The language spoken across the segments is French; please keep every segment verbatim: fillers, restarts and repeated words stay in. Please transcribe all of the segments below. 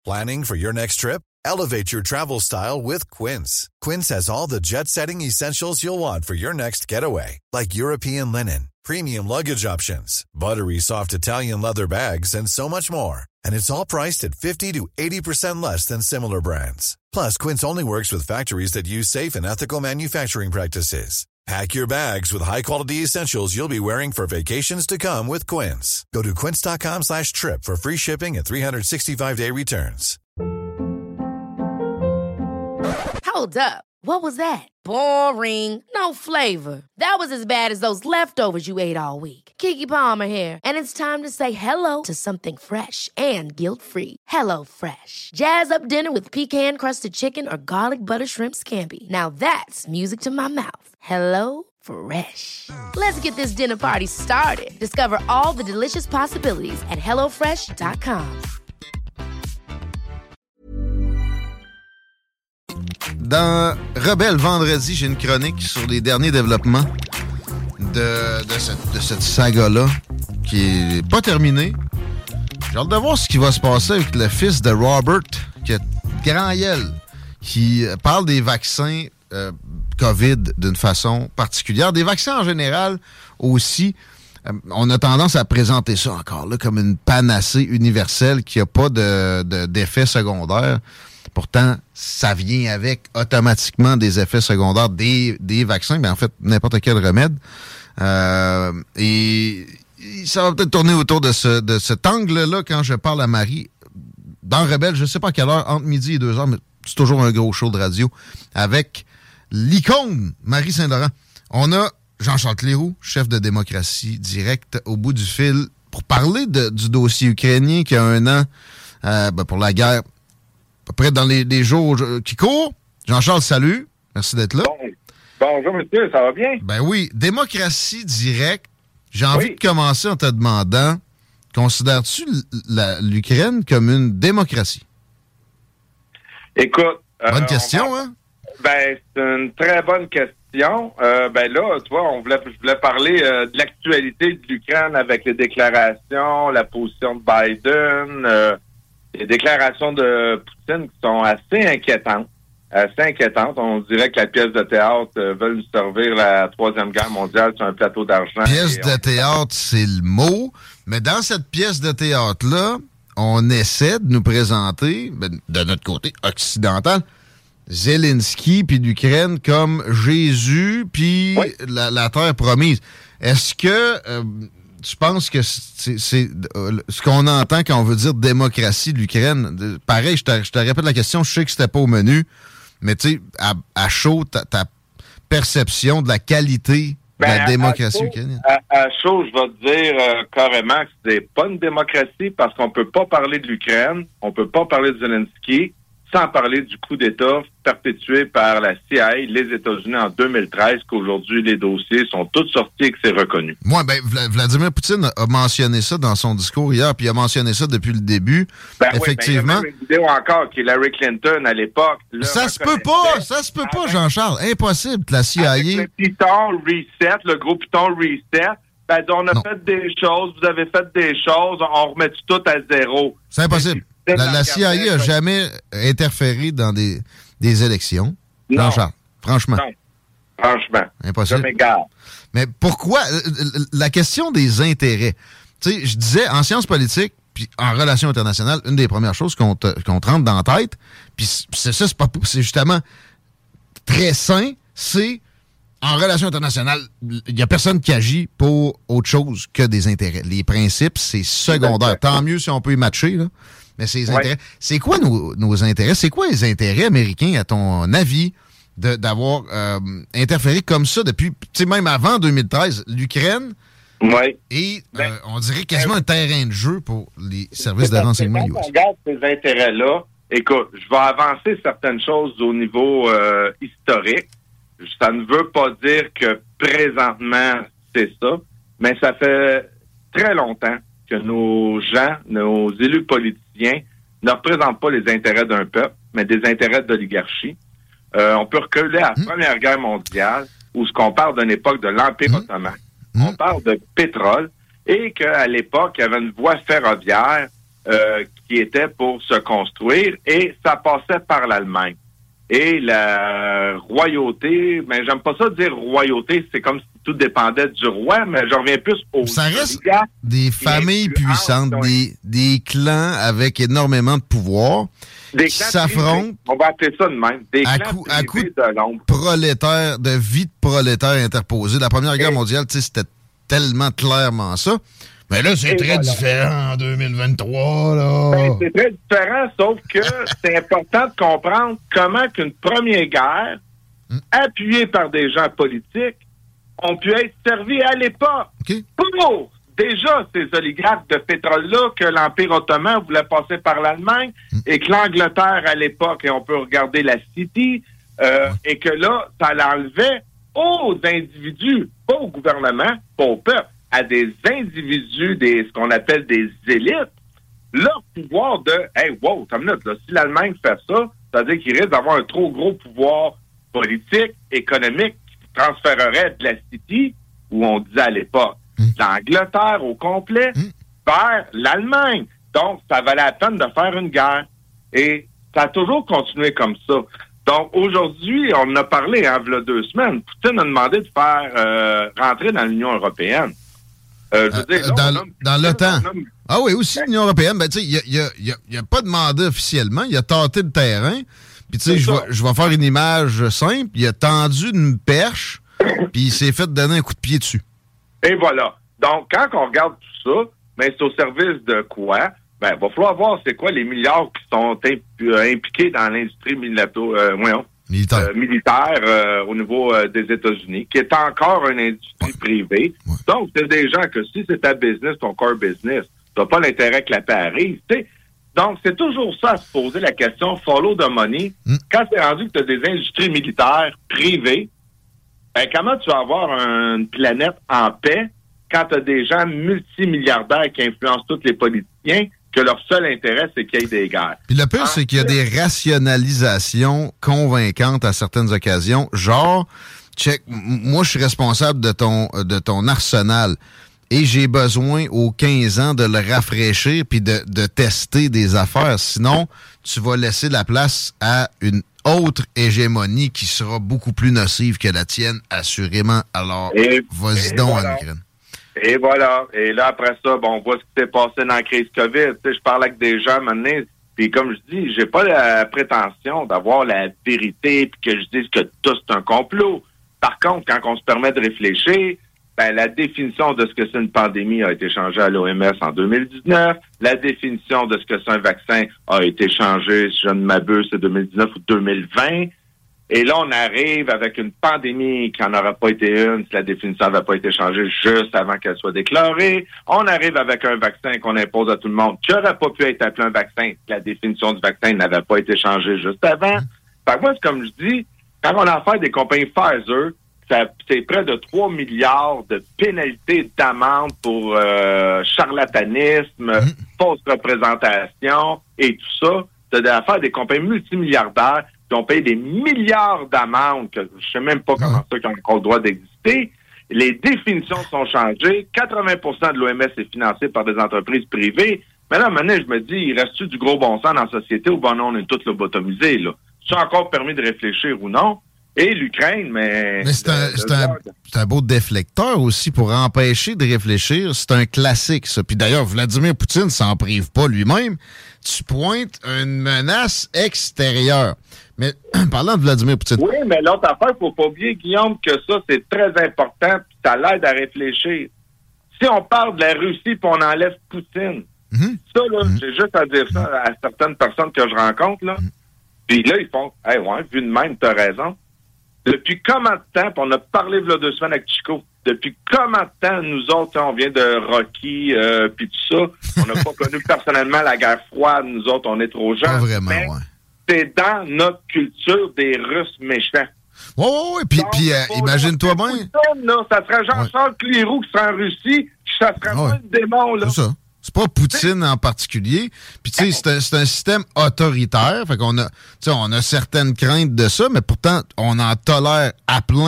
Planning for your next trip? Elevate your travel style with Quince. Quince has all the jet-setting essentials you'll want for your next getaway, like European linen, premium luggage options, buttery soft Italian leather bags, and so much more. And it's all priced at fifty to eighty percent less than similar brands. Plus, Quince only works with factories that use safe and ethical manufacturing practices. Pack your bags with high-quality essentials you'll be wearing for vacations to come with Quince. Go to quince.com slash trip for free shipping and three sixty-five day returns. Hold up. What was that? Boring. No flavor. That was as bad as those leftovers you ate all week. Keke Palmer here, and it's time to say hello to something fresh and guilt-free. Hello Fresh. Jazz up dinner with pecan-crusted chicken or garlic butter shrimp scampi. Now that's music to my mouth. Hello Fresh. Let's get this dinner party started. Discover all the delicious possibilities at hello fresh dot com. Dans Rebelle vendredi, j'ai une chronique sur les derniers développements de, de, cette, de cette saga-là qui est pas terminée. J'ai hâte de voir ce qui va se passer avec le fils de Robert, qui est grand gueule, qui parle des vaccins euh, COVID d'une façon particulière. Des vaccins en général aussi. Euh, on a tendance à présenter ça encore là comme une panacée universelle qui n'a pas de, de, d'effets secondaires. Pourtant, ça vient avec automatiquement des effets secondaires des, des vaccins, mais en fait, n'importe quel remède. Euh, et ça va peut-être tourner autour de, ce, de cet angle-là quand je parle à Marie. Dans Rebelle, je ne sais pas à quelle heure, entre midi et deux heures, mais c'est toujours un gros show de radio, avec l'icône Marie Saint-Laurent. On a Jean-Charles Cléroux, chef de Démocratie Directe, au bout du fil, pour parler de, du dossier ukrainien qui a un an euh, ben pour la guerre. À peu près dans les, les jours qui courent. Jean-Charles, salut. Merci d'être là. Bon. Bonjour, monsieur. Ça va bien? Ben oui. Démocratie Directe. J'ai envie oui. de commencer en te demandant, considères-tu la, l'Ukraine comme une démocratie? Écoute... Bonne euh, question, va... hein? Ben, c'est une très bonne question. Euh, ben là, tu vois, on voulait, je voulais parler euh, de l'actualité de l'Ukraine avec les déclarations, la position de Biden... Euh, les déclarations de Poutine qui sont assez inquiétantes. Assez inquiétantes. On dirait que la pièce de théâtre euh, veut nous servir la Troisième Guerre mondiale sur un plateau d'argent. Pièce de on... théâtre, c'est le mot. Mais dans cette pièce de théâtre-là, on essaie de nous présenter, ben, de notre côté occidental, Zelensky puis l'Ukraine comme Jésus puis oui. la, la terre promise. Est-ce que... Euh, tu penses que c'est, c'est euh, ce qu'on entend quand on veut dire démocratie de l'Ukraine? De, pareil, je te, je te répète la question, je sais que c'était pas au menu, mais tu sais, à, à chaud, ta, ta perception de la qualité ben, de la démocratie à chaud, ukrainienne. À, à chaud, je vais te dire euh, carrément que c'est pas une démocratie parce qu'on peut pas parler de l'Ukraine, on peut pas parler de Zelensky sans parler du coup d'État perpétué par la C I A, les États-Unis en deux mille treize, qu'aujourd'hui les dossiers sont tous sortis et que c'est reconnu. Moi, ben, Vladimir Poutine a mentionné ça dans son discours hier, puis il a mentionné ça depuis le début. Ben Effectivement. Oui, ben il y a même une vidéo encore qui est Hillary Clinton à l'époque. Ça se peut pas, ça se peut pas, Jean-Charles. Impossible que la C I A... Avec le Python Reset, le gros Python Reset, ben, on a non. fait des choses, vous avez fait des choses, on remet tout à zéro. C'est impossible. La, la C I A n'a jamais interféré dans des, des élections. Non. Jean-Charles, franchement. Non. Franchement. Impossible. Je m'égare. Mais pourquoi? La question des intérêts. Tu sais, je disais, en sciences politiques, puis en relations internationales, une des premières choses qu'on te, qu'on te rentre dans la tête, puis c'est ça, c'est, pas, c'est justement très sain, c'est en relations internationales, il n'y a personne qui agit pour autre chose que des intérêts. Les principes, c'est secondaire. Tant mieux si on peut y matcher, là. Mais c'est les ouais. intérêts. C'est quoi nos, nos intérêts? C'est quoi les intérêts américains, à ton avis, de, d'avoir euh, interféré comme ça depuis, tu sais, même avant deux mille treize, l'Ukraine? Oui. Et ben, euh, on dirait quasiment un terrain de jeu pour les services de renseignement U S. Quand on regarde ces intérêts-là, écoute, je vais avancer certaines choses au niveau euh, historique. Ça ne veut pas dire que présentement, c'est ça, mais ça fait très longtemps que nos gens, nos élus politiciens ne représentent pas les intérêts d'un peuple, mais des intérêts d'oligarchie. Euh, on peut reculer à la mmh. Première Guerre mondiale, où ce qu'on parle d'une époque de l'Empire mmh. ottoman. Mmh. On parle de pétrole, et qu'à l'époque, il y avait une voie ferroviaire euh, qui était pour se construire, et ça passait par l'Allemagne. Et la royauté, mais j'aime pas ça dire royauté, c'est comme si tout dépendait du roi, mais je reviens plus aux... Ça reste des familles puissantes, des, des clans avec énormément de pouvoir des qui s'affrontent. On va appeler ça de même. Des à clans coup, à coup de, de l'ombre. Prolétaires, de vie de prolétaires interposés. La Première Guerre mondiale, tu sais, c'était tellement clairement ça. Mais là, c'est très voilà. différent en deux mille vingt-trois, là. Ben, c'est très différent, sauf que c'est important de comprendre comment qu'une première guerre, hum. appuyée par des gens politiques, ont pu être servis à l'époque. Okay. Pour déjà ces oligarques de pétrole-là que l'Empire ottoman voulait passer par l'Allemagne hum. et que l'Angleterre à l'époque, et on peut regarder la City, euh, ouais. et que là, ça l'enlevait aux individus, pas au gouvernement, pas au peuple, à des individus, des ce qu'on appelle des élites, leur pouvoir de « Hey, wow, t'as une minute, là, si l'Allemagne fait ça, ça veut dire qu'il risque d'avoir un trop gros pouvoir politique, économique, qui transférerait de la City, où on disait à l'époque, mmh. l'Angleterre au complet, mmh. vers l'Allemagne. Donc, ça valait la peine de faire une guerre. Et ça a toujours continué comme ça. Donc, aujourd'hui, on en a parlé, hein, il y a deux semaines, Poutine a demandé de faire euh, rentrer dans l'Union européenne. Euh, je veux dire, là, dans a, dans l'OTAN. Ah oui, aussi ben, l'Union européenne. Ben, tu sais, il n'y a, a, a pas demandé officiellement. Il a tâté le terrain. Puis, tu sais, je vais, je vais faire une image simple. Il a tendu une perche, puis il s'est fait donner un coup de pied dessus. Et voilà. Donc, quand on regarde tout ça, ben, c'est au service de quoi? Ben, il va falloir voir c'est quoi les milliards qui sont imp- impliqués dans l'industrie militaire. Euh, voyons, militaire, euh, militaire euh, au niveau euh, des États-Unis, qui est encore une industrie ouais. privée. Ouais. Donc, c'est des gens que si c'est ta business, ton core business, tu n'as pas l'intérêt que la paix arrive. T'sais. Donc, c'est toujours ça à se poser la question, follow the money. Mm. Quand c'est rendu que tu as des industries militaires privées, ben, comment tu vas avoir une planète en paix quand tu as des gens multimilliardaires qui influencent tous les politiciens, que leur seul intérêt, c'est qu'il y ait des guerres. Puis le pire, c'est qu'il y a des rationalisations convaincantes à certaines occasions. Genre, check, moi, je suis responsable de ton, de ton arsenal et j'ai besoin aux quinze ans de le rafraîchir puis de, de tester des affaires. Sinon, tu vas laisser la place à une autre hégémonie qui sera beaucoup plus nocive que la tienne, assurément. Alors, et, vas-y et donc, voilà. Anne-Grène. Et voilà. Et là, après ça, bon, on voit ce qui s'est passé dans la crise COVID. Tu sais, je parle avec des gens maintenant, puis comme je dis, j'ai pas la prétention d'avoir la vérité puis que je dise que tout c'est un complot. Par contre, quand on se permet de réfléchir, ben, la définition de ce que c'est une pandémie a été changée à l'O M S en deux mille dix-neuf. La définition de ce que c'est un vaccin a été changée, si je ne m'abuse, c'est deux mille dix-neuf ou deux mille vingt. Et là, on arrive avec une pandémie qui n'en aurait pas été une si la définition n'avait pas été changée juste avant qu'elle soit déclarée. On arrive avec un vaccin qu'on impose à tout le monde qui n'aurait pas pu être appelé un vaccin si la définition du vaccin n'avait pas été changée juste avant. Fait que moi, c'est comme je dis, quand on a affaire des compagnies Pfizer, ça, c'est près de trois milliards de pénalités d'amende pour euh, charlatanisme, mmh. fausse représentation et tout ça. C'est affaire des compagnies multimilliardaires qui ont payé des milliards d'amendes, que je sais même pas comment ça qui ont encore le droit d'exister. Les définitions sont changées. quatre-vingts pour cent de l'O M S est financé par des entreprises privées. Mais là, maintenant, je me dis, il reste-tu du gros bon sens dans la société ou ben non, on est tous lobotomisés, là? C'est encore permis de réfléchir ou non? Et l'Ukraine, mais... Mais c'est un, de, c'est, un, c'est un beau déflecteur aussi pour empêcher de réfléchir. C'est un classique, ça. Puis d'ailleurs, Vladimir Poutine s'en prive pas lui-même. Tu pointes une menace extérieure. Mais parlant de Vladimir Poutine... Oui, mais l'autre affaire, il faut pas oublier, Guillaume, que ça, c'est très important, puis ça l'aide à réfléchir. Si on parle de la Russie puis on enlève Poutine, mm-hmm. ça, là, mm-hmm. j'ai juste à dire ça à certaines personnes que je rencontre, là. Mm-hmm. Puis là, ils font, « Hey, ouais, vu de même, t'as raison. » Depuis combien de temps, puis on a parlé il y a deux semaines avec Chico, depuis combien de temps, nous autres, on vient de Rocky, euh, puis tout ça, on n'a pas connu personnellement la guerre froide, nous autres, on est trop jeunes. Pas vraiment, mais ouais. C'est dans notre culture des Russes méchants. Oui, oui, oui, puis, puis euh, imagine-toi bien. Poutine, là, ça serait Jean-Charles ouais. Clérou qui serait en Russie, ça serait ouais. pas le démon, là. C'est ça. C'est pas Poutine en particulier. Puis, tu sais, c'est un, c'est un système autoritaire. Fait qu'on a, tu sais, on a certaines craintes de ça, mais pourtant, on en tolère à plein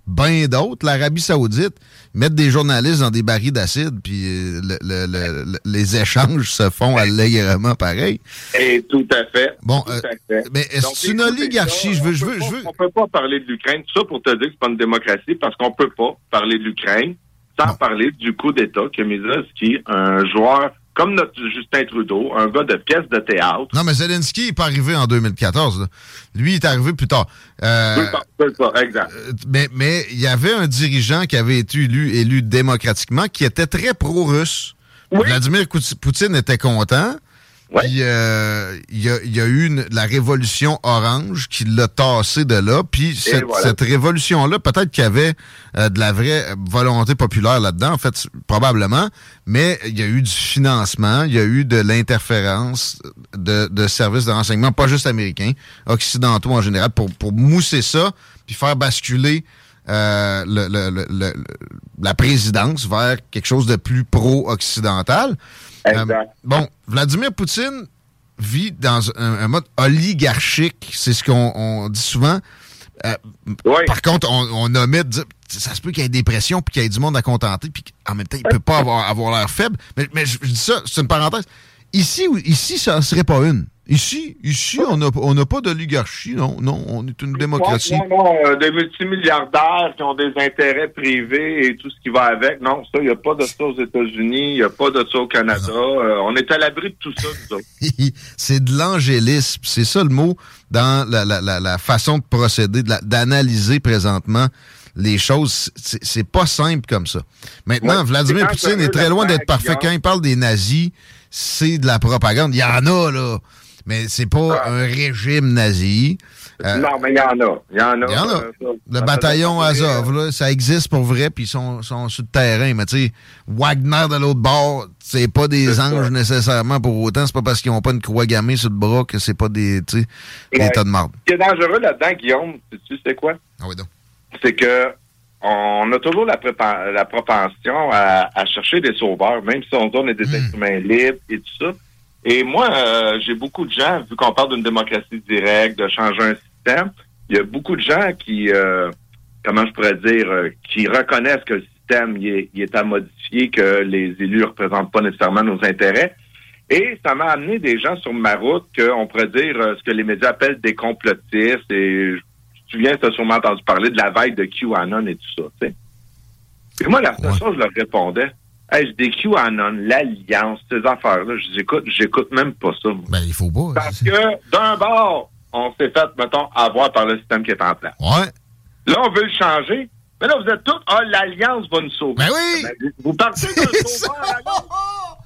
bien d'autres. L'Arabie Saoudite, mettre des journalistes dans des barils d'acide, puis le, le, le, le, les échanges se font allègrement pareil. Et tout à fait. Bon, tout euh, à fait. mais est-ce que c'est une oligarchie? Je veux, je veux, je veux. On peut pas parler de l'Ukraine. Tout ça pour te dire que c'est pas une démocratie, parce qu'on peut pas parler de l'Ukraine sans bon. parler du coup d'État que Zelensky, un joueur comme notre Justin Trudeau, un gars de pièces de théâtre. Non, mais Zelensky n'est pas arrivé en deux mille quatorze. Là. Lui, il est arrivé plus tard. Euh, plus tard, plus tard, exact. Euh, mais mais il y avait un dirigeant qui avait été élu, élu démocratiquement qui était très pro-russe. Oui. Vladimir Poutine était content. Ouais. Puis euh, il y, a, y a eu une, la révolution orange qui l'a tassé de là. Puis cette, voilà. cette révolution-là, peut-être qu'il y avait euh, de la vraie volonté populaire là-dedans, en fait, probablement. Mais il y a eu du financement, il y a eu de l'interférence de, de services de renseignement, pas juste américains, occidentaux en général, pour, pour mousser ça, puis faire basculer euh, le, le, le, le, la présidence vers quelque chose de plus pro-occidental. Euh, bon, Vladimir Poutine vit dans un, un mode oligarchique, c'est ce qu'on on dit souvent. Euh, oui. Par contre, on, on omet de dire, ça se peut qu'il y ait des pressions puis qu'il y ait du monde à contenter puis qu'en même temps, il peut pas avoir, avoir l'air faible. Mais, mais je, je dis ça, c'est une parenthèse. Ici, ici, ça ne serait pas une. Ici, ici, on n'a on a pas d'oligarchie, non, non, on est une démocratie. Non, non, non euh, des multimilliardaires qui ont des intérêts privés et tout ce qui va avec. Non, ça, il n'y a pas de ça aux États-Unis, il n'y a pas de ça au Canada. Euh, on est à l'abri de tout ça, nous autres. C'est de l'angélisme, c'est ça le mot dans la, la, la, la façon de procéder, de la, d'analyser présentement les choses. C'est, c'est pas simple comme ça. Maintenant, ouais, Vladimir Poutine est très loin d'être parfait. Quand il parle des nazis, c'est de la propagande. Il y en a, là. Mais c'est pas ah. un régime nazi. Euh, non, mais il y en a. Il y en a. Y en a. Euh, ça, le ça bataillon Azov, là, ça existe pour vrai, puis ils sont, sont sur le terrain. Mais tu sais, Wagner de l'autre bord, c'est pas des c'est anges ça. nécessairement pour autant. C'est pas parce qu'ils ont pas une croix gammée sur le bras que c'est pas des, tu sais, des tas de marde. Ce qui est dangereux là-dedans, Guillaume, tu sais quoi? Ah oui, donc. C'est que on a toujours la, prépa- la propension à, à chercher des sauveurs, même si on donne des mmh. êtres humains libres et tout ça. Et moi, euh, j'ai beaucoup de gens, vu qu'on parle d'une démocratie directe, de changer un système, il y a beaucoup de gens qui, euh, comment je pourrais dire, euh, qui reconnaissent que le système il est, il est à modifier, que les élus ne représentent pas nécessairement nos intérêts. Et ça m'a amené des gens sur ma route qu'on pourrait dire euh, ce que les médias appellent des complotistes. Et tu viens, tu as sûrement entendu parler de la vague de QAnon et tout ça, tu sais. Et moi, la seule ouais. chose, je leur répondais, hey, je dis QAnon, l'Alliance, ces affaires-là, je dis, écoute, j'écoute même pas ça. Moi. Ben, il faut pas. Parce que, d'un bord, on s'est fait, mettons, avoir par le système qui est en place. Ouais. Là, on veut le changer. Mais là, vous êtes tous, ah, l'Alliance va nous sauver. Ben oui! Ben, vous partez d'un sauveur à l'autre.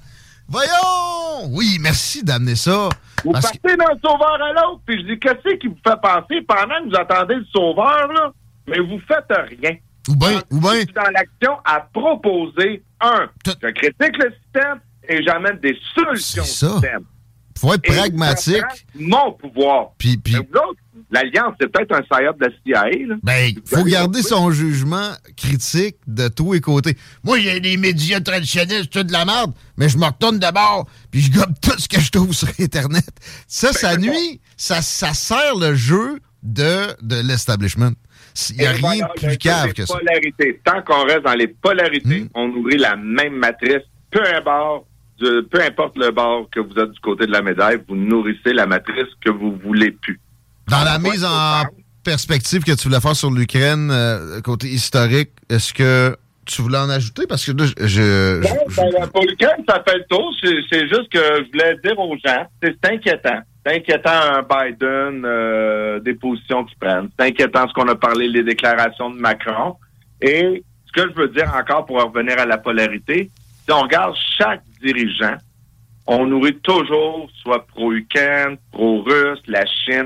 Voyons! Oui, merci d'amener ça. Vous partez que... d'un sauveur à l'autre, puis je dis, qu'est-ce qui vous fait penser pendant que vous attendez le sauveur, là? Mais vous faites rien. Ou bien, ou bien. Je suis dans l'action à proposer, un, Tout... je critique le système et j'amène des solutions C'est ça. au système. Faut être et pragmatique. Mon pouvoir. Puis, puis... L'Alliance, c'est peut-être un psyop de la C I A. Là. Ben, il faut garder son jugement critique de tous les côtés. Moi, il y a des médias traditionnels, c'est tout de la merde, mais je me retourne d'abord, puis je gobe tout ce que je trouve sur Internet. Ça, ben, ça nuit, ça, ça sert le jeu de, de l'establishment. Il n'y a rien voilà, de plus cave que ça. Polarités. Tant qu'on reste dans les polarités, mmh. on nourrit la même matrice, peu importe, de, peu importe le bord que vous êtes du côté de la médaille, vous nourrissez la matrice que vous voulez plus. Dans la mise en perspective que tu voulais faire sur l'Ukraine, euh, côté historique, est-ce que tu voulais en ajouter? Parce que là, je... je, non, je ben, pour l'Ukraine, ça fait le tour. C'est, c'est juste que je voulais dire aux gens, c'est, c'est inquiétant. C'est inquiétant un Biden, euh, des positions qu'ils prennent. C'est inquiétant ce qu'on a parlé, les déclarations de Macron. Et ce que je veux dire encore pour revenir à la polarité, si on regarde chaque dirigeant, on nourrit toujours soit pro-Ukraine, pro-russe, la Chine,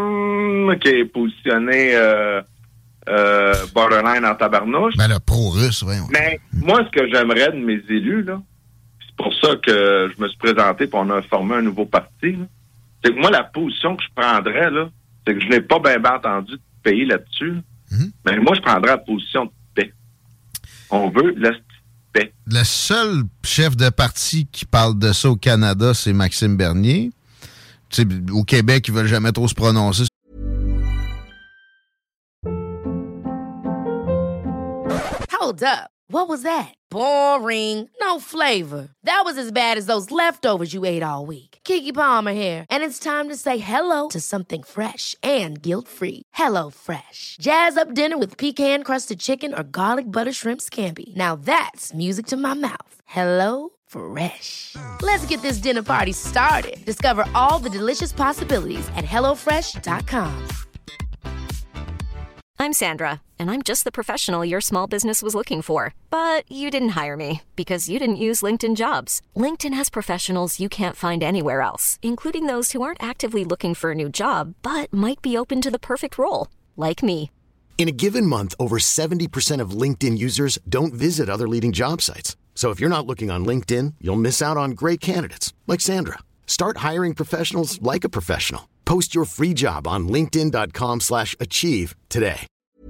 hmm, qui est positionnée euh, euh, borderline en tabarnouche. Ben le pro-russe, oui. Mais moi, ce que j'aimerais de mes élus, là, c'est pour ça que je me suis présenté et on a formé un nouveau parti, là, c'est que moi, la position que je prendrais, là, c'est que je n'ai pas bien ben entendu de pays là-dessus. Mm-hmm. Mais moi, je prendrais la position de paix. On veut la paix. Le seul chef de parti qui parle de ça au Canada, c'est Maxime Bernier. Tu sais, au Québec, ils veulent jamais trop se prononcer. Hold up. What was that? Boring. No flavor. That was as bad as those leftovers you ate all week. Keke Palmer here, and it's time to say hello to something fresh and guilt-free. Hello Fresh. Jazz up dinner with pecan-crusted chicken or garlic butter shrimp scampi. Now that's music to my mouth. Hello Fresh. Let's get this dinner party started. Discover all the delicious possibilities at hello fresh dot com. I'm Sandra, and I'm just the professional your small business was looking for. But you didn't hire me because you didn't use LinkedIn Jobs. LinkedIn has professionals you can't find anywhere else, including those who aren't actively looking for a new job, but might be open to the perfect role, like me. In a given month, over seventy percent of LinkedIn users don't visit other leading job sites. So if you're not looking on LinkedIn, you'll miss out on great candidates like Sandra. Start hiring professionals like a professional. Post your free job on linkedin dot com slash achieve today.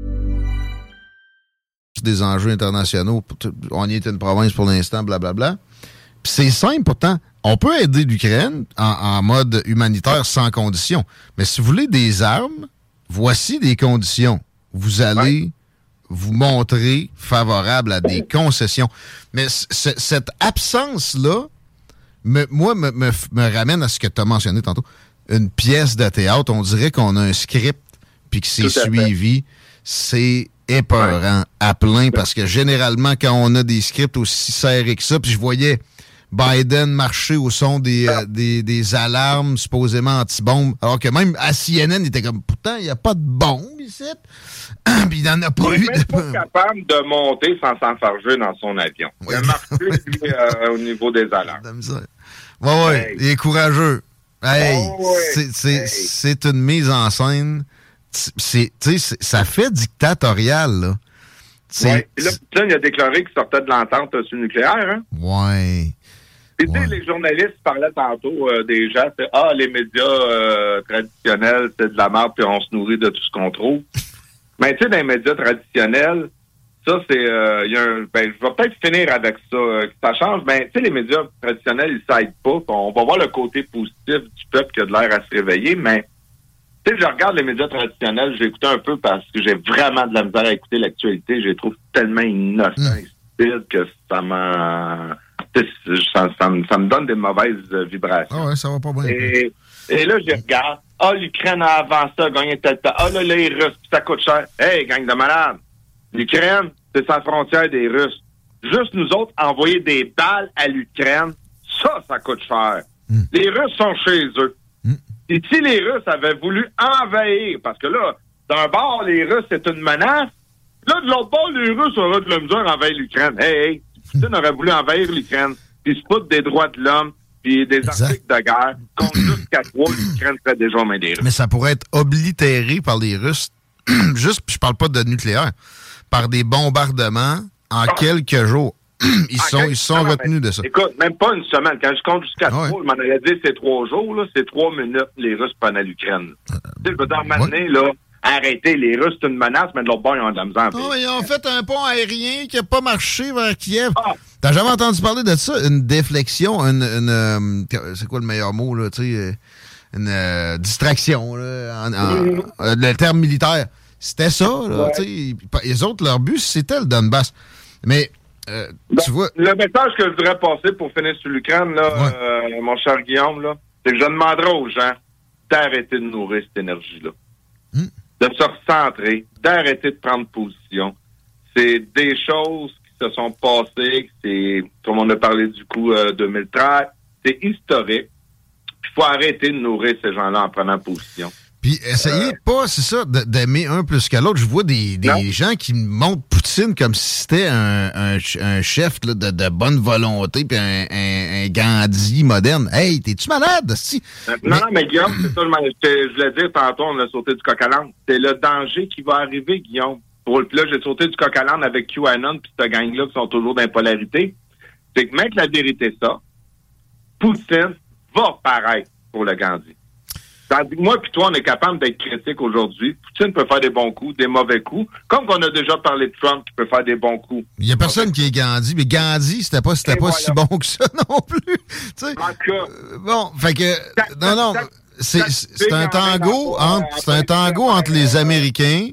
Des enjeux internationaux. On y est une province pour l'instant, blablabla. Puis c'est simple, pourtant. On peut aider l'Ukraine en, en mode humanitaire sans condition. Mais si vous voulez des armes, voici des conditions. Vous allez ouais. vous montrer favorable à des concessions. Mais c- cette absence-là, me, moi, me, me, me ramène à ce que tu as mentionné tantôt. Une pièce de théâtre, on dirait qu'on a un script puis que c'est suivi. C'est épeurant ouais. à plein parce que généralement, quand on a des scripts aussi serrés que ça, puis je voyais Biden marcher au son des, euh, des, des alarmes supposément anti-bombes, alors que même à C N N, il était comme, pourtant, il n'y a pas de bombes ici. Puis il n'en a pas il eu. Il n'est pas capable de monter sans s'enfarger dans son avion. Il a marché, lui, euh, au niveau des alarmes. Oui, oui, hey. Il est courageux. Hey, oh, ouais. c'est, c'est, hey. c'est une mise en scène. C'est, c'est, ça fait dictatorial, là. C'est, ouais. Et là, Poutine, il a déclaré qu'il sortait de l'entente sur le nucléaire, hein? Ouais. Et tu sais, ouais. les journalistes parlaient tantôt euh, des gens, c'est ah, les médias euh, traditionnels, c'est de la merde, puis on se nourrit de tout ce qu'on trouve. Mais tu sais, dans les médias traditionnels, ça, c'est, euh, y a un, ben, je vais peut-être finir avec ça, euh, que ça change, mais tu sais, les médias traditionnels, ils s'aident pas. On va voir le côté positif du peuple qui a de l'air à se réveiller, mais tu sais, je regarde les médias traditionnels, j'ai écouté un peu parce que j'ai vraiment de la misère à écouter l'actualité. Je les trouve tellement innocents et stupides que ça m'a... Ça, ça, me, ça me donne des mauvaises vibrations. Ah ouais, ça va pas bien. Et, et là, je regarde. Ah, l'Ukraine a avancé, a gagné tel temps. Ah, là, les Russes, ça coûte cher. Hey, gang de malades. L'Ukraine, c'est sa frontière des Russes. Juste nous autres, envoyer des balles à l'Ukraine, ça, ça coûte cher. Mm. Les Russes sont chez eux. Mm. Et si les Russes avaient voulu envahir, parce que là, d'un bord, les Russes, c'est une menace. Là, de l'autre bord, les Russes auraient de la misère à envahir l'Ukraine. Hey, hey. Poutine aurait voulu envahir l'Ukraine, puis se foutre des droits de l'homme, puis des exact. articles de guerre, contre jusqu'à trois, l'Ukraine serait déjà aux mains des Russes. Mais ça pourrait être oblitéré par les Russes, juste, je parle pas de nucléaire, par des bombardements en ah. quelques jours. Ils sont, ils sont non, retenus mais, de ça. Écoute, même pas une semaine. Quand je compte jusqu'à trois, ah ouais. je m'en aurais dit c'est trois jours, là, c'est trois minutes, les Russes prennent à l'Ukraine. Euh, tu sais, je veux dire, maintenant, ouais. là, arrêtez, les Russes, c'est une menace, mais de l'autre bord, ils ont de la misère. Oh, ils ont fait un pont aérien qui n'a pas marché vers Kiev. Ah. T'as jamais entendu parler de ça? Une déflexion, une... une euh, c'est quoi le meilleur mot, là, tu sais? Une euh, distraction, là, en, en, mmh. euh, le terme militaire. C'était ça, là, ouais. tu sais. Les autres, leur but, c'était le Donbass. Mais, euh, ben, tu vois... Le message que je voudrais passer pour finir sur l'Ukraine, là, ouais. euh, mon cher Guillaume, là, c'est que je demanderai aux gens d'arrêter de nourrir cette énergie-là. Mmh. De se recentrer, d'arrêter de prendre position. C'est des choses qui se sont passées, c'est, comme on a parlé du coup euh, deux mille treize, c'est historique. Il faut arrêter de nourrir ces gens-là en prenant position. Puis essayez euh, pas, c'est ça, d'aimer un plus que l'autre. Je vois des, des gens qui montrent Poutine comme si c'était un, un, un chef là, de, de bonne volonté puis un, un, un Gandhi moderne. Hey, t'es-tu malade? Si? Euh, non, mais... non, mais Guillaume, c'est ça, je, je voulais dire tantôt, on a sauté du coq à l'âne. C'est le danger qui va arriver, Guillaume. Pour, puis là, j'ai sauté du coq à l'âne avec QAnon puis cette gang-là qui sont toujours d'impolarité. C'est que, mec, la vérité, ça, Poutine va paraître pour le Gandhi. Tandis que moi puis toi, on est capable d'être critique aujourd'hui. Poutine peut faire des bons coups, des mauvais coups. Comme qu'on a déjà parlé de Trump qui peut faire des bons coups. Il n'y a personne qui est Gandhi, mais Gandhi, c'était pas, c'était pas voilà. si bon que ça non plus. Tu sais, en tout cas, euh, bon, fait que, ça, non, non, ça, c'est, ça, c'est un tango entre, c'est un tango entre les Américains puis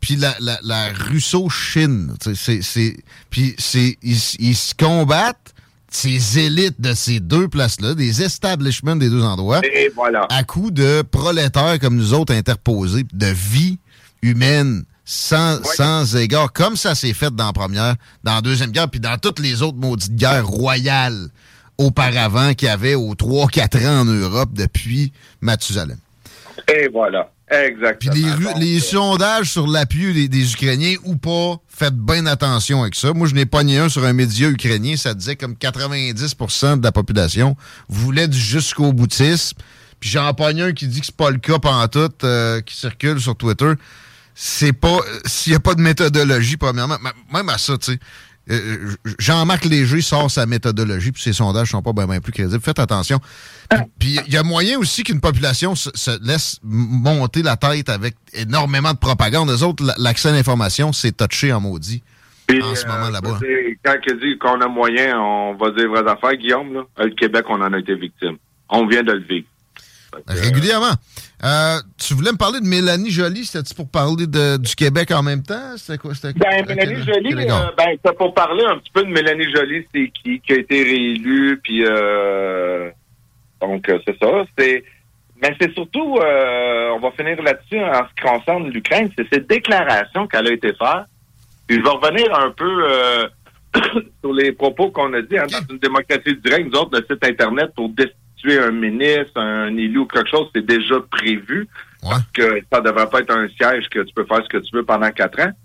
puis la, la, la Russo-Chine. C'est, c'est, puis c'est, ils, ils se combattent, ces élites de ces deux places-là, des establishments des deux endroits, et voilà. à coup de prolétaires comme nous autres interposés, de vie humaine sans, ouais. sans égard, comme ça s'est fait dans la première, dans la deuxième guerre, puis dans toutes les autres maudites guerres royales auparavant qu'il y avait aux trois quatre ans en Europe depuis Mathusalem. Et voilà. Exactement. Puis les, Donc, les euh... sondages sur l'appui des, des Ukrainiens ou pas, faites bien attention avec ça. Moi, je n'ai pogné un sur un média ukrainien, ça disait comme quatre-vingt-dix pour cent de la population voulait du jusqu'au boutisme. Puis j'en pogné un qui dit que c'est pas le cas pantoute, euh, qui circule sur Twitter. C'est pas... S'il n'y a pas de méthodologie, premièrement, même à ça, tu sais, Euh, Jean-Marc Léger sort sa méthodologie, puis ses sondages sont pas bien ben plus crédibles. Faites attention. Puis il y a moyen aussi qu'une population se, se laisse monter la tête avec énormément de propagande. Eux autres, l'accès à l'information, c'est touché en maudit puis, en ce moment euh, là-bas. Quand il dit qu'on a moyen, on va dire vraies affaires, Guillaume, là. Le Québec, on en a été victime. On vient de le vivre. Que, Régulièrement. Euh, tu voulais me parler de Mélanie Joly, c'était-tu pour parler de, du Québec en même temps? C'était quoi? C'était ben, Mélanie Joly, euh, ben, c'est pour parler un petit peu de Mélanie Joly, c'est qui, qui a été réélue, puis euh, donc euh, c'est ça. C'est, mais c'est surtout, euh, on va finir là-dessus en ce qui concerne l'Ukraine, c'est cette déclaration qu'elle a été faite. Puis je vais revenir un peu euh, sur les propos qu'on a dit, hein, dans une démocratie directe, nous autres, le site Internet pour décider tuer un ministre, un élu ou quelque chose, c'est déjà prévu. Ouais. Parce que ça ne devrait pas être un siège que tu peux faire ce que tu veux pendant quatre ans.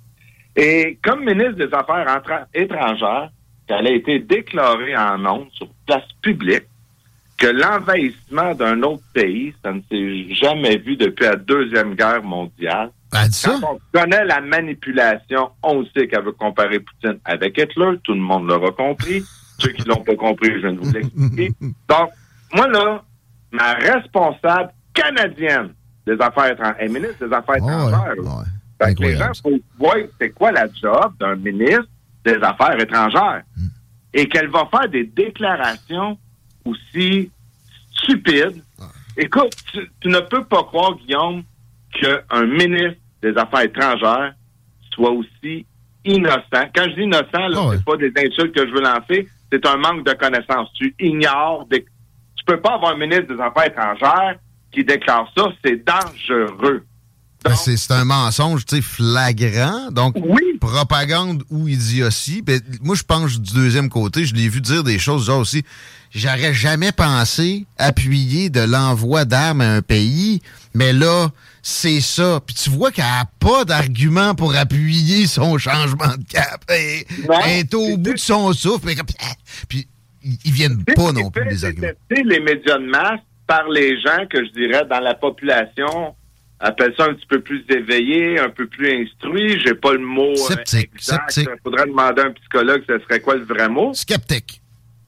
Et comme ministre des Affaires entra- étrangères, elle a été déclarée en ondes sur place publique que l'envahissement d'un autre pays, ça ne s'est jamais vu depuis la Deuxième Guerre mondiale. Elle dit ça? Quand on connaît la manipulation, on sait qu'elle veut comparer Poutine avec Hitler. Tout le monde l'aura compris. Ceux qui ne l'ont pas compris, je viens de vous l'expliquer. Donc, moi, là, ma responsable canadienne des Affaires étrangères, elle est ministre des Affaires oh, étrangères. Ouais, ouais. Fait que les gens, il faut voir c'est quoi la job d'un ministre des Affaires étrangères. Mm. Et qu'elle va faire des déclarations aussi stupides. Ouais. Écoute, tu, tu ne peux pas croire, Guillaume, qu'un ministre des Affaires étrangères soit aussi innocent. Quand je dis innocent, là, oh, ouais. c'est pas des insultes que je veux lancer, c'est un manque de connaissances. Tu ignores des... Tu peux pas avoir un ministre des Affaires étrangères qui déclare ça, c'est dangereux. Donc, ben c'est, c'est un mensonge, tu sais, flagrant. Donc, oui. propagande ou idiotie. Ben, moi, je pense du deuxième côté, je l'ai vu dire des choses genre aussi. J'aurais jamais pensé appuyer de l'envoi d'armes à un pays, mais là, c'est ça. Puis tu vois qu'elle n'a pas d'argument pour appuyer son changement de cap. Elle, non, elle est au bout de son souffle. Puis, puis ils viennent pas non plus, les arguments. C'est les médias de masse par les gens que je dirais dans la population, appelle ça un petit peu plus éveillé, un peu plus instruit. J'ai pas le mot sceptique. exact. Sceptique. Il faudrait demander à un psychologue ce serait quoi le vrai mot. Sceptique.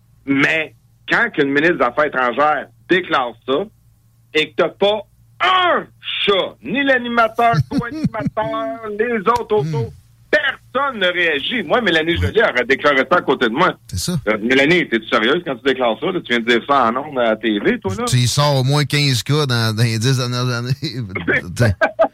Mais quand une ministre des Affaires étrangères déclare ça et que t'as pas un chat, ni l'animateur, co-animateur, les autres autour, personne ne réagit. Moi, Mélanie Joly aurait déclaré ça à côté de moi. C'est ça. Euh, Mélanie, t'es-tu sérieuse quand tu déclares ça? Là, tu viens de dire ça en ondes à la T V, toi, là? Tu y sors au moins quinze cas dans, dans les dix dernières années.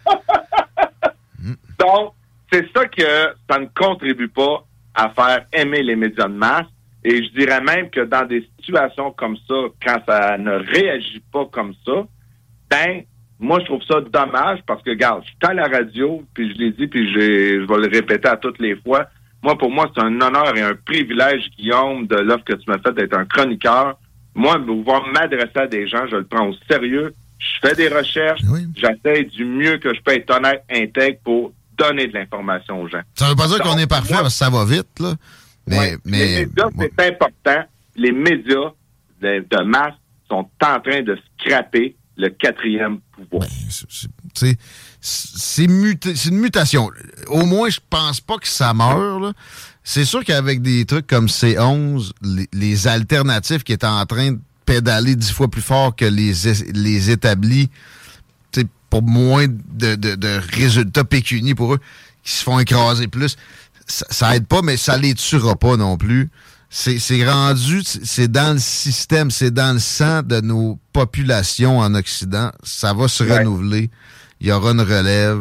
Donc, c'est ça que ça ne contribue pas à faire aimer les médias de masse. Et je dirais même que dans des situations comme ça, quand ça ne réagit pas comme ça, ben, moi, je trouve ça dommage parce que, regarde, je suis à la radio, puis je l'ai dit, puis j'ai, je vais le répéter à toutes les fois. Moi, pour moi, c'est un honneur et un privilège, Guillaume, de l'offre que tu m'as faite d'être un chroniqueur. Moi, pouvoir m'adresser à des gens, je le prends au sérieux. Je fais des recherches. Oui. J'essaie du mieux que je peux être honnête, intègre pour donner de l'information aux gens. Ça veut pas dire Donc, qu'on est parfait moi, parce que ça va vite, là. Mais, ouais, mais, les médias, ouais. c'est important. Les médias de, de masse sont en train de scraper le quatrième pouvoir. Ben, c'est, c'est, c'est, muté, c'est une mutation. Au moins, je pense pas que ça meurt, là. C'est sûr qu'avec des trucs comme C onze, les, les alternatifs qui étaient en train de pédaler dix fois plus fort que les, les établis, pour moins de, de, de résultats pécuniaires pour eux, qui se font écraser plus, ça, ça aide pas, mais ça les tuera pas non plus. C'est, c'est rendu, c'est dans le système, c'est dans le sang de nos populations en Occident. Ça va se ouais. renouveler. Il y aura une relève.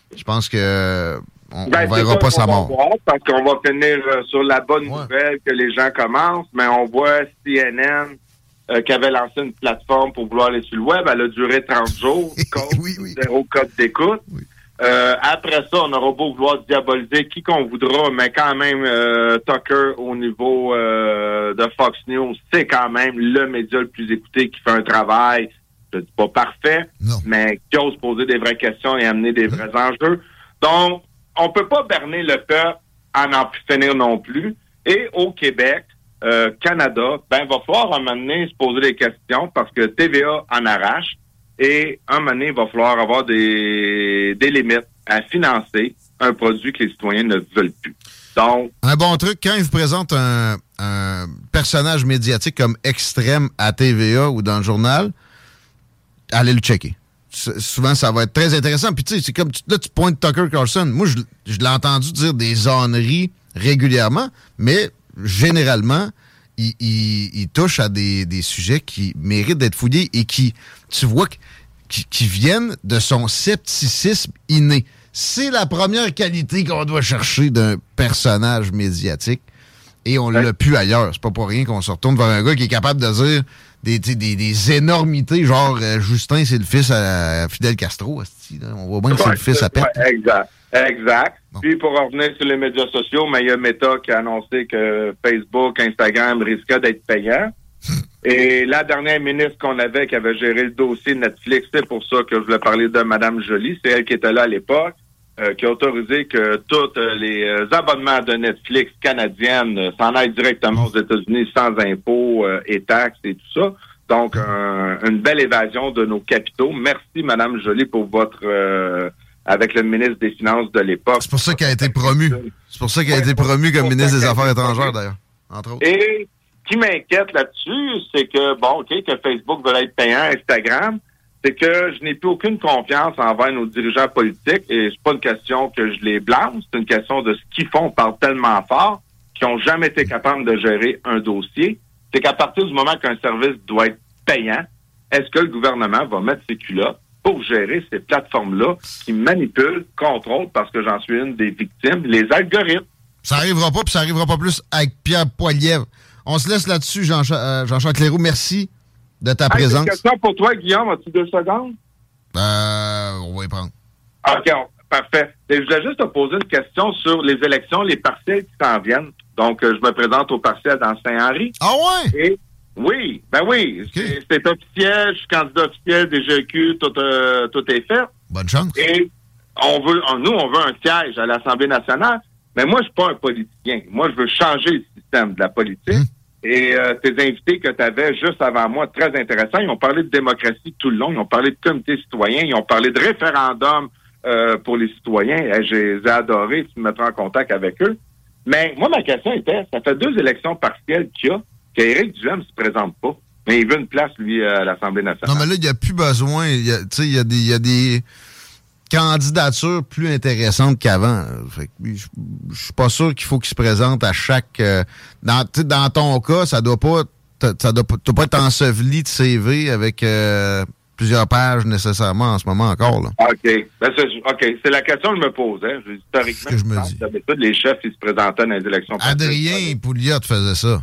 Je pense que on, ben, on verra pas sa mort. Voir, parce qu'on va finir euh, sur la bonne ouais. nouvelle que les gens commencent, mais on voit C N N euh, qui avait lancé une plateforme pour vouloir aller sur le web. Elle a duré trente jours, code, oui, oui. zéro code d'écoute. Oui. Euh, après ça, on aura beau vouloir diaboliser qui qu'on voudra, mais quand même, euh, Tucker, au niveau euh, de Fox News, c'est quand même le média le plus écouté qui fait un travail, je dis pas parfait, non. mais qui ose poser des vraies questions et amener des vrais enjeux. Donc, on peut pas berner le peuple à n'en plus finir non plus. Et au Québec, euh, Canada, ben, va falloir un moment donné se poser des questions parce que T V A en arrache. Et un moment donné, il va falloir avoir des, des limites à financer un produit que les citoyens ne veulent plus. Donc, un bon truc, quand ils vous présentent un, un personnage médiatique comme extrême à T V A ou dans le journal, allez le checker. S- souvent, ça va être très intéressant. Puis tu sais, c'est comme, là, tu pointes Tucker Carlson. Moi, je, je l'ai entendu dire des âneries régulièrement, mais généralement, il, il, il touche à des, des sujets qui méritent d'être fouillés et qui, tu vois, qui, qui viennent de son scepticisme inné. C'est la première qualité qu'on doit chercher d'un personnage médiatique et on ouais. l'a plus ailleurs. C'est pas pour rien qu'on se retourne vers un gars qui est capable de dire des, des, des énormités, genre euh, Justin, c'est le fils à Fidel Castro. On voit bien que c'est ouais, le fils à Pep. Ouais, exact. Exact. Bon. Puis, pour revenir sur les médias sociaux, mais il y a Meta qui a annoncé que Facebook, Instagram risquaient d'être payants. Et la dernière ministre qu'on avait, qui avait géré le dossier Netflix, c'est pour ça que je voulais parler de Mme Joly, c'est elle qui était là à l'époque, euh, qui a autorisé que tous les euh, abonnements de Netflix canadiennes euh, s'en aillent directement aux États-Unis sans impôts euh, et taxes et tout ça. Donc, un, une belle évasion de nos capitaux. Merci, Mme Joly, pour votre... Euh, avec le ministre des Finances de l'époque. C'est pour ça qu'elle a été promue. C'est pour ça qu'elle a été promue comme ministre des Affaires étrangères, d'ailleurs, entre autres. Et ce qui m'inquiète là-dessus, c'est que, bon, OK, que Facebook veut être payant, Instagram, c'est que je n'ai plus aucune confiance envers nos dirigeants politiques, et c'est pas une question que je les blâme, c'est une question de ce qu'ils font, on parle tellement fort, qu'ils n'ont jamais été capables de gérer un dossier. C'est qu'à partir du moment qu'un service doit être payant, est-ce que le gouvernement va mettre ses culottes pour gérer ces plateformes-là qui manipulent, contrôlent, parce que j'en suis une des victimes, les algorithmes. Ça arrivera pas, puis ça arrivera pas plus avec Pierre Poilievre. On se laisse là-dessus, Jean-Charles, euh, Jean-Charles Leroux. Merci de ta hey, présence. Une question pour toi, Guillaume. As-tu deux secondes? Euh, on va y prendre. OK, on, parfait. Et je voulais juste te poser une question sur les élections, les partielles qui s'en viennent. Donc, euh, je me présente aux partielles dans Saint-Henri. Ah ouais? Et Oui, ben oui, okay. c'est, c'est officiel, je suis candidat officiel des G Q, tout, euh, tout est fait. Bonne chance. Et on veut, on, nous, on veut un siège à l'Assemblée nationale, mais moi, je suis pas un politicien. Moi, je veux changer le système de la politique. Mmh. Et euh, tes invités que tu avais juste avant moi, très intéressants, ils ont parlé de démocratie tout le long, ils ont parlé de comité citoyen, ils ont parlé de référendum euh, pour les citoyens. Et je les ai adorés, tu me mettras en contact avec eux. Mais moi, ma question était, ça fait deux élections partielles qu'il y a, qu'Éric Duhem ne se présente pas. Mais il veut une place, lui, à l'Assemblée nationale. Non, mais là, il n'y a plus besoin. Tu sais, il y, y a des candidatures plus intéressantes qu'avant. Fait que je ne suis pas sûr qu'il faut qu'il se présente à chaque... Euh, dans, dans ton cas, ça doit pas ça doit, doit pas être enseveli de C V avec euh, plusieurs pages nécessairement en ce moment encore. Là. OK. Ben, c'est, OK. C'est la question que je me posais. Historiquement, que je me dis. Tous les chefs, ils se présentaient dans les élections. Adrien Pouliot faisait ça.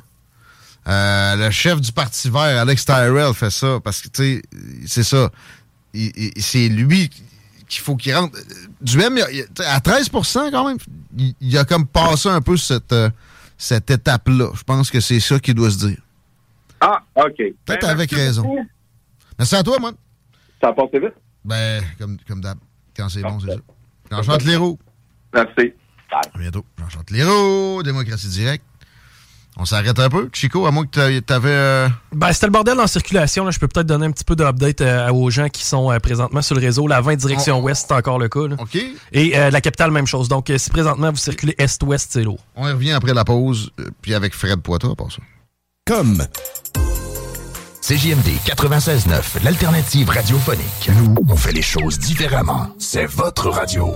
Euh, le chef du Parti vert, Alex Tyrell, fait ça parce que, tu sais, c'est ça. Il, il, c'est lui qu'il faut qu'il rentre. Duhem, à treize pour cent quand même, il, il a comme passé un peu cette, euh, cette étape-là. Je pense que c'est ça qu'il doit se dire. Ah, OK. Peut-être ben, avec raison. Beaucoup. Merci à toi, moi. Ça a passé vite? Ben, comme, comme d'hab. Quand c'est bon, c'est ça. Jean-Charles Leroux. Merci. Bye. À bientôt. Jean-Charles Leroux, Démocratie Directe. On s'arrête un peu. Chico, à moins que tu avais... Euh... Ben, c'était le bordel en circulation. Là. Je peux peut-être donner un petit peu d'update euh, aux gens qui sont euh, présentement sur le réseau. La vingt direction on... ouest, c'est encore le cas. Là. OK. Et euh, la capitale, même chose. Donc, euh, si présentement vous circulez est-ouest, c'est lourd. On revient après la pause, euh, puis avec Fred Poitras, à part ça. Comme C J M D quatre-vingt-seize neuf, l'alternative radiophonique. Nous, on fait les choses différemment. C'est votre radio.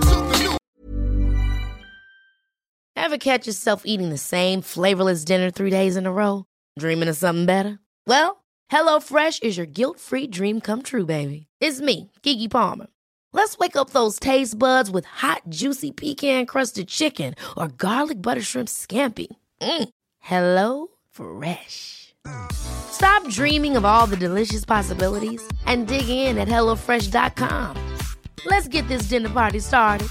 Ever catch yourself eating the same flavorless dinner three days in a row? Dreaming of something better? Well, HelloFresh is your guilt-free dream come true, baby. It's me, Keke Palmer. Let's wake up those taste buds with hot, juicy pecan-crusted chicken or garlic butter shrimp scampi. Mm. Hello Fresh. Stop dreaming of all the delicious possibilities and dig in at hello fresh dot com. Let's get this dinner party started.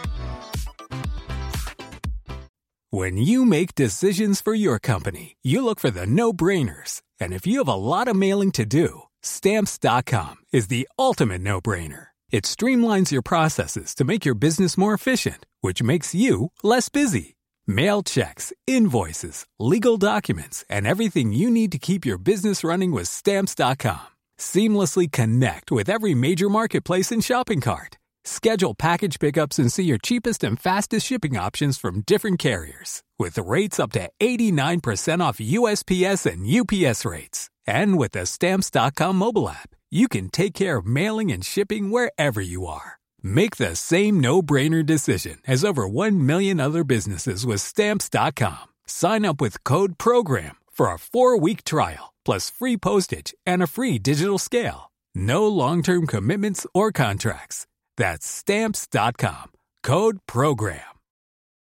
When you make decisions for your company, you look for the no-brainers. And if you have a lot of mailing to do, Stamps dot com is the ultimate no-brainer. It streamlines your processes to make your business more efficient, which makes you less busy. Mail checks, invoices, legal documents, and everything you need to keep your business running with Stamps dot com. Seamlessly connect with every major marketplace and shopping cart. Schedule package pickups and see your cheapest and fastest shipping options from different carriers, with rates up to eighty-nine percent off U S P S and U P S rates. And with the Stamps dot com mobile app, you can take care of mailing and shipping wherever you are. Make the same no-brainer decision as over one million other businesses with Stamps dot com. Sign up with code PROGRAM for a four-week trial, plus free postage and a free digital scale. No long-term commitments or contracts. That's Stamps dot com. Code PROGRAM.